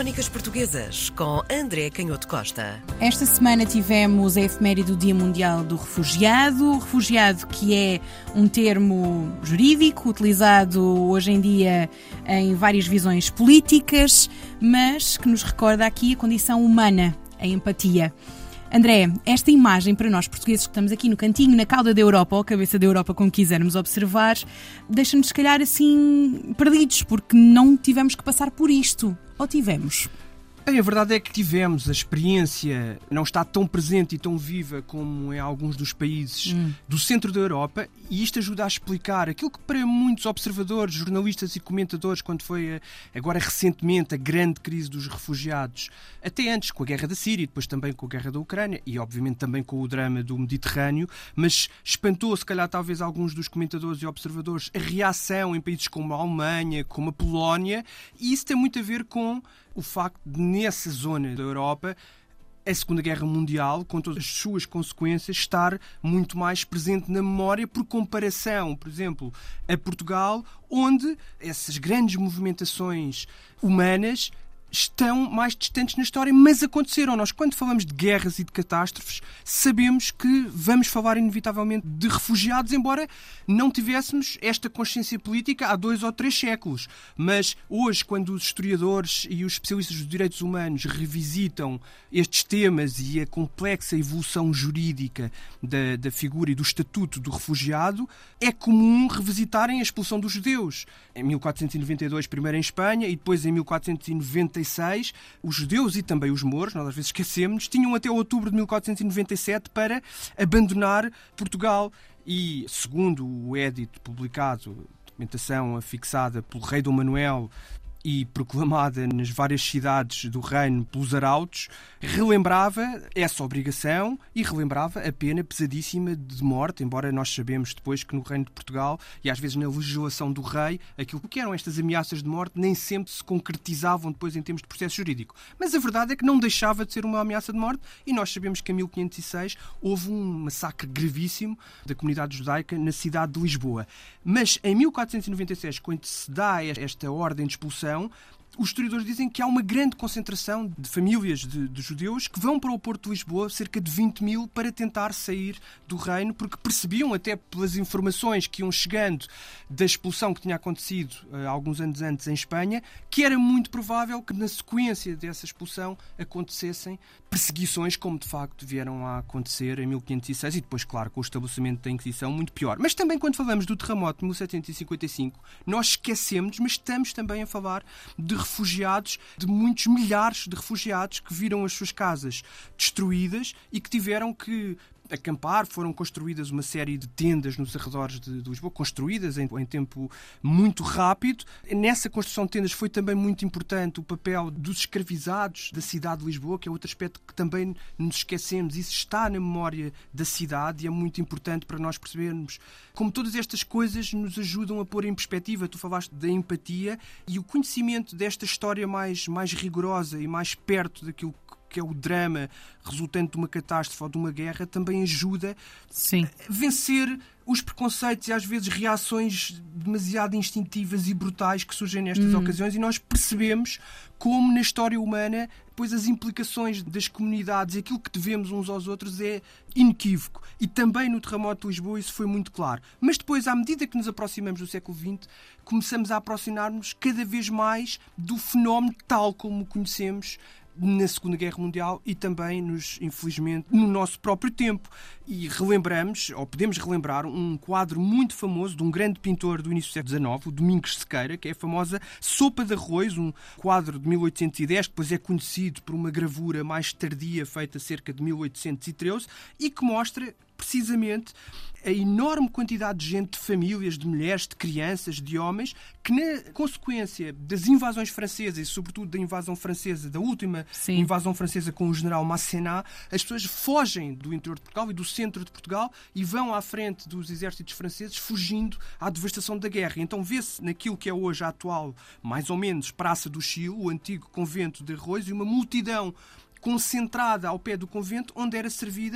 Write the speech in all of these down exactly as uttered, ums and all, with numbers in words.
Crónicas Portuguesas, com André Canhoto Costa. Esta semana tivemos a efeméride do Dia Mundial do Refugiado. Refugiado, que é um termo jurídico utilizado hoje em dia em várias visões políticas, mas que nos recorda aqui a condição humana, a empatia. André, esta imagem para nós portugueses que estamos aqui no cantinho, na cauda da Europa, ou cabeça da Europa, como quisermos observar, deixa-nos se calhar assim perdidos, porque não tivemos que passar por isto. Ou tivemos? Bem, a verdade é que tivemos, a experiência não está tão presente e tão viva como em alguns dos países hum. do centro da Europa, e isto ajuda a explicar aquilo que para muitos observadores, jornalistas e comentadores, quando foi agora recentemente a grande crise dos refugiados, até antes com a guerra da Síria, depois também com a guerra da Ucrânia e obviamente também com o drama do Mediterrâneo, mas espantou se calhar talvez alguns dos comentadores e observadores a reação em países como a Alemanha, como a Polónia, e isso tem muito a ver com o facto de, nessa zona da Europa, a Segunda Guerra Mundial, com todas as suas consequências, estar muito mais presente na memória por comparação, por exemplo, a Portugal, onde essas grandes movimentações humanas estão mais distantes na história, mas aconteceram. Nós, quando falamos de guerras e de catástrofes, sabemos que vamos falar inevitavelmente de refugiados, embora não tivéssemos esta consciência política há dois ou três séculos. Mas hoje, quando os historiadores e os especialistas dos direitos humanos revisitam estes temas e a complexa evolução jurídica da, da figura e do estatuto do refugiado, é comum revisitarem a expulsão dos judeus. Em mil quatrocentos e noventa e dois, primeiro em Espanha, e depois em mil quatrocentos e noventa e seis, os judeus e também os mouros, nós às vezes esquecemos, tinham até outubro de mil quatrocentos e noventa e sete para abandonar Portugal. E, segundo o édito publicado, documentação afixada pelo rei Dom Manuel e proclamada nas várias cidades do reino pelos arautos, relembrava essa obrigação e relembrava a pena pesadíssima de morte, embora nós sabemos depois que no reino de Portugal e às vezes na legislação do rei, aquilo que eram estas ameaças de morte nem sempre se concretizavam depois em termos de processo jurídico. Mas a verdade é que não deixava de ser uma ameaça de morte, e nós sabemos que em mil quinhentos e seis houve um massacre gravíssimo da comunidade judaica na cidade de Lisboa. Mas em mil quatrocentos e noventa e seis, quando se dá esta ordem de expulsão, os historiadores dizem que há uma grande concentração de famílias de, de judeus que vão para o Porto de Lisboa, cerca de vinte mil, para tentar sair do reino, porque percebiam, até pelas informações que iam chegando da expulsão que tinha acontecido uh, alguns anos antes em Espanha, que era muito provável que na sequência dessa expulsão acontecessem perseguições, como de facto vieram a acontecer em mil quinhentos e seis, e depois, claro, com o estabelecimento da Inquisição, muito pior. Mas também quando falamos do terremoto de mil setecentos e cinquenta e cinco, nós esquecemos, mas estamos também a falar de refugiados, de muitos milhares de refugiados que viram as suas casas destruídas e que tiveram que acampar. Foram construídas uma série de tendas nos arredores de, de Lisboa, construídas em, em tempo muito rápido. Nessa construção de tendas foi também muito importante o papel dos escravizados da cidade de Lisboa, que é outro aspecto que também nos esquecemos. Isso está na memória da cidade e é muito importante para nós percebermos como todas estas coisas nos ajudam a pôr em perspectiva. Tu falaste da empatia, e o conhecimento desta história mais, mais rigorosa e mais perto daquilo que que é o drama resultante de uma catástrofe ou de uma guerra, também ajuda Sim. a vencer os preconceitos e às vezes reações demasiado instintivas e brutais que surgem nestas hum. ocasiões, e nós percebemos como na história humana depois as implicações das comunidades e aquilo que devemos uns aos outros é inequívoco. E também no terremoto de Lisboa isso foi muito claro. Mas depois, à medida que nos aproximamos do século vinte, começamos a aproximar-nos cada vez mais do fenómeno tal como o conhecemos na Segunda Guerra Mundial e também, nos, infelizmente, no nosso próprio tempo. E relembramos, ou podemos relembrar, um quadro muito famoso de um grande pintor do início do século dezenove, o Domingos Sequeira, que é a famosa Sopa de Arroz, um quadro de mil oitocentos e dez, que depois é conhecido por uma gravura mais tardia, feita cerca de mil oitocentos e treze, e que mostra precisamente a enorme quantidade de gente, de famílias, de mulheres, de crianças, de homens, que na consequência das invasões francesas e sobretudo da invasão francesa, da última Sim. invasão francesa com o general Masséna, as pessoas fogem do interior de Portugal e do centro de Portugal e vão à frente dos exércitos franceses, fugindo à devastação da guerra. Então vê-se naquilo que é hoje a atual, mais ou menos, Praça do Chile, o antigo convento de Arroz, e uma multidão concentrada ao pé do convento, onde era servida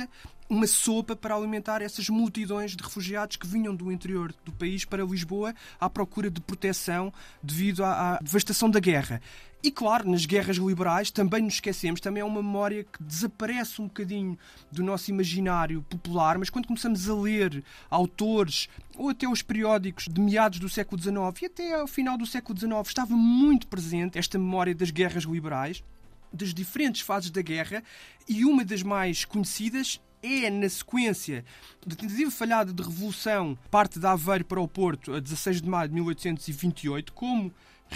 uma sopa para alimentar essas multidões de refugiados que vinham do interior do país para Lisboa à procura de proteção devido à, à devastação da guerra. E claro, nas guerras liberais também nos esquecemos, também é uma memória que desaparece um bocadinho do nosso imaginário popular, mas quando começamos a ler autores ou até os periódicos de meados do século dezenove e até ao final do século dezenove, estava muito presente esta memória das guerras liberais, das diferentes fases da guerra, e uma das mais conhecidas é na sequência da tentativa falhada de revolução, parte de Aveiro para o Porto, a dezasseis de maio de mil oitocentos e vinte e oito, como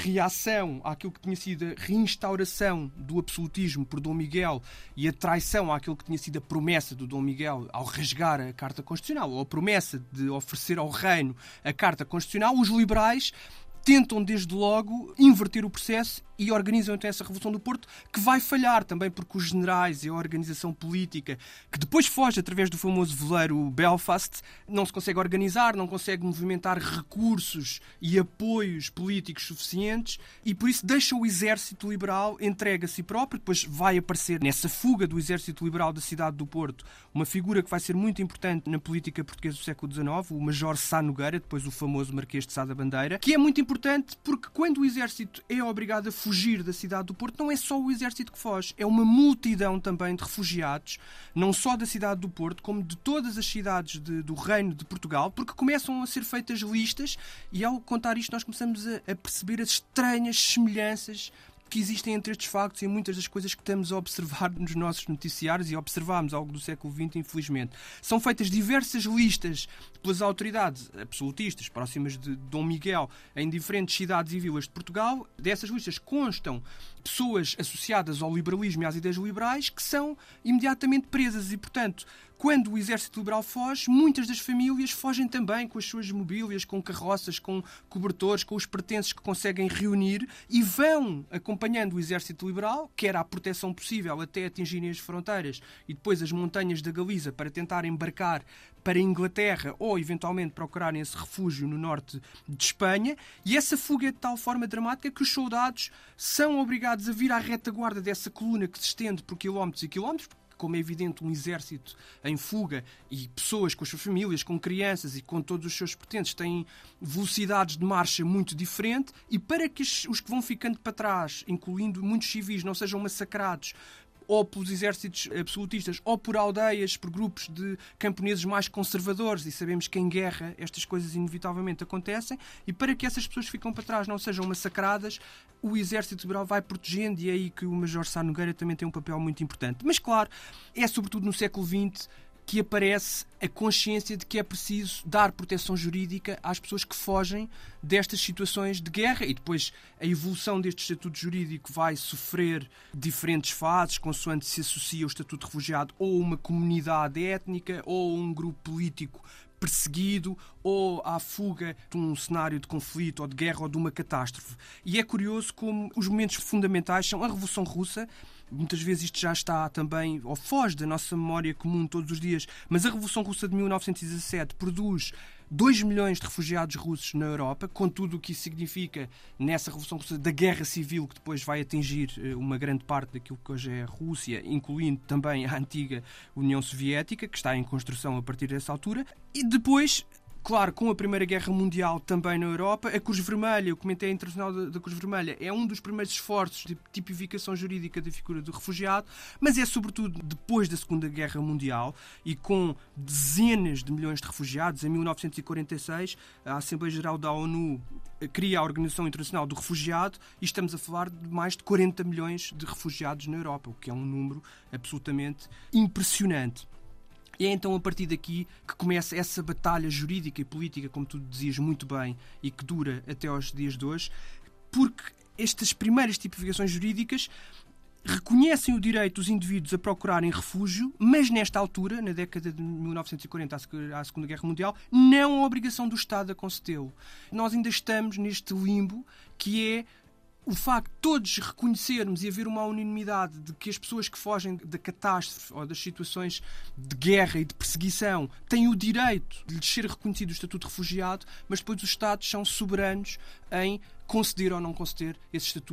reação àquilo que tinha sido a reinstauração do absolutismo por Dom Miguel e a traição àquilo que tinha sido a promessa do Dom Miguel ao rasgar a Carta Constitucional, ou a promessa de oferecer ao reino a Carta Constitucional. Os liberais tentam desde logo inverter o processo e organizam então essa Revolução do Porto, que vai falhar também porque os generais e a organização política, que depois foge através do famoso veleiro Belfast, não se consegue organizar, não consegue movimentar recursos e apoios políticos suficientes e por isso deixa o exército liberal entregue a si próprio. Depois vai aparecer nessa fuga do exército liberal da cidade do Porto uma figura que vai ser muito importante na política portuguesa do século dezenove, o Major Sá Nogueira, depois o famoso Marquês de Sá da Bandeira, que é muito importante porque quando o exército é obrigado a fugir fugir da cidade do Porto, não é só o exército que foge, é uma multidão também de refugiados, não só da cidade do Porto, como de todas as cidades de, do Reino de Portugal, porque começam a ser feitas listas e ao contar isto nós começamos a, a perceber as estranhas semelhanças que existem entre estes factos e muitas das coisas que estamos a observar nos nossos noticiários e observámos ao longo do século vinte, infelizmente. São feitas diversas listas pelas autoridades absolutistas próximas de Dom Miguel em diferentes cidades e vilas de Portugal. Dessas listas constam pessoas associadas ao liberalismo e às ideias liberais que são imediatamente presas e, portanto, quando o exército liberal foge, muitas das famílias fogem também com as suas mobílias, com carroças, com cobertores, com os pertences que conseguem reunir e vão acompanhando o exército liberal, quer à proteção possível até atingirem as fronteiras e depois as montanhas da Galiza para tentar embarcar para a Inglaterra ou eventualmente procurarem esse refúgio no norte de Espanha. E essa fuga é de tal forma dramática que os soldados são obrigados a vir à retaguarda dessa coluna que se estende por quilómetros e quilómetros, como é evidente, um exército em fuga e pessoas com as suas famílias, com crianças e com todos os seus pertences têm velocidades de marcha muito diferentes e para que os que vão ficando para trás, incluindo muitos civis, não sejam massacrados ou pelos exércitos absolutistas, ou por aldeias, por grupos de camponeses mais conservadores, e sabemos que em guerra estas coisas inevitavelmente acontecem, e para que essas pessoas que ficam para trás não sejam massacradas, o exército liberal vai protegendo, e é aí que o Major Sá Nogueira também tem um papel muito importante. Mas, claro, é sobretudo no século vinte que aparece a consciência de que é preciso dar proteção jurídica às pessoas que fogem destas situações de guerra e depois a evolução deste estatuto jurídico vai sofrer diferentes fases, consoante se associa o estatuto de refugiado ou uma comunidade étnica ou um grupo político perseguido ou à fuga de um cenário de conflito ou de guerra ou de uma catástrofe. E é curioso como os momentos fundamentais são a Revolução Russa. Muitas vezes isto já está também, ou foge da nossa memória comum todos os dias, mas a Revolução Russa de mil novecentos e dezassete produz dois milhões de refugiados russos na Europa, com tudo o que isso significa nessa Revolução Russa da Guerra Civil, que depois vai atingir uma grande parte daquilo que hoje é a Rússia, incluindo também a antiga União Soviética, que está em construção a partir dessa altura. E depois, claro, com a Primeira Guerra Mundial também na Europa, a Cruz Vermelha, o Comitê Internacional da Cruz Vermelha, é um dos primeiros esforços de tipificação jurídica da figura do refugiado, mas é sobretudo depois da Segunda Guerra Mundial e com dezenas de milhões de refugiados. Em mil novecentos e quarenta e seis, a Assembleia Geral da ONU cria a Organização Internacional do Refugiado e estamos a falar de mais de quarenta milhões de refugiados na Europa, o que é um número absolutamente impressionante. E é então a partir daqui que começa essa batalha jurídica e política, como tu dizias muito bem, e que dura até aos dias de hoje, porque estas primeiras tipificações jurídicas reconhecem o direito dos indivíduos a procurarem refúgio, mas nesta altura, na década de mil novecentos e quarenta, à Segunda Guerra Mundial, não a obrigação do Estado a concedê-lo. Nós ainda estamos neste limbo que é o facto de todos reconhecermos e haver uma unanimidade de que as pessoas que fogem da catástrofe ou das situações de guerra e de perseguição têm o direito de lhes ser reconhecido o estatuto de refugiado, mas depois os Estados são soberanos em conceder ou não conceder esse estatuto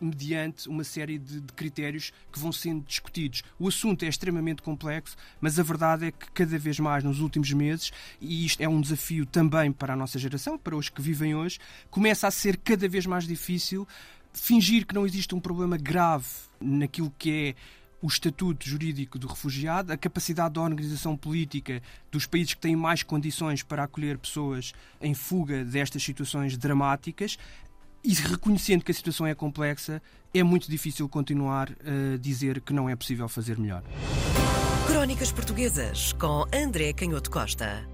mediante uma série de, de critérios que vão sendo discutidos. O assunto é extremamente complexo, mas a verdade é que cada vez mais nos últimos meses, e isto é um desafio também para a nossa geração, para os que vivem hoje, começa a ser cada vez mais difícil fingir que não existe um problema grave naquilo que é o estatuto jurídico do refugiado, a capacidade da organização política dos países que têm mais condições para acolher pessoas em fuga destas situações dramáticas. E reconhecendo que a situação é complexa, é muito difícil continuar a dizer que não é possível fazer melhor. Crónicas Portuguesas com André Canhoto Costa.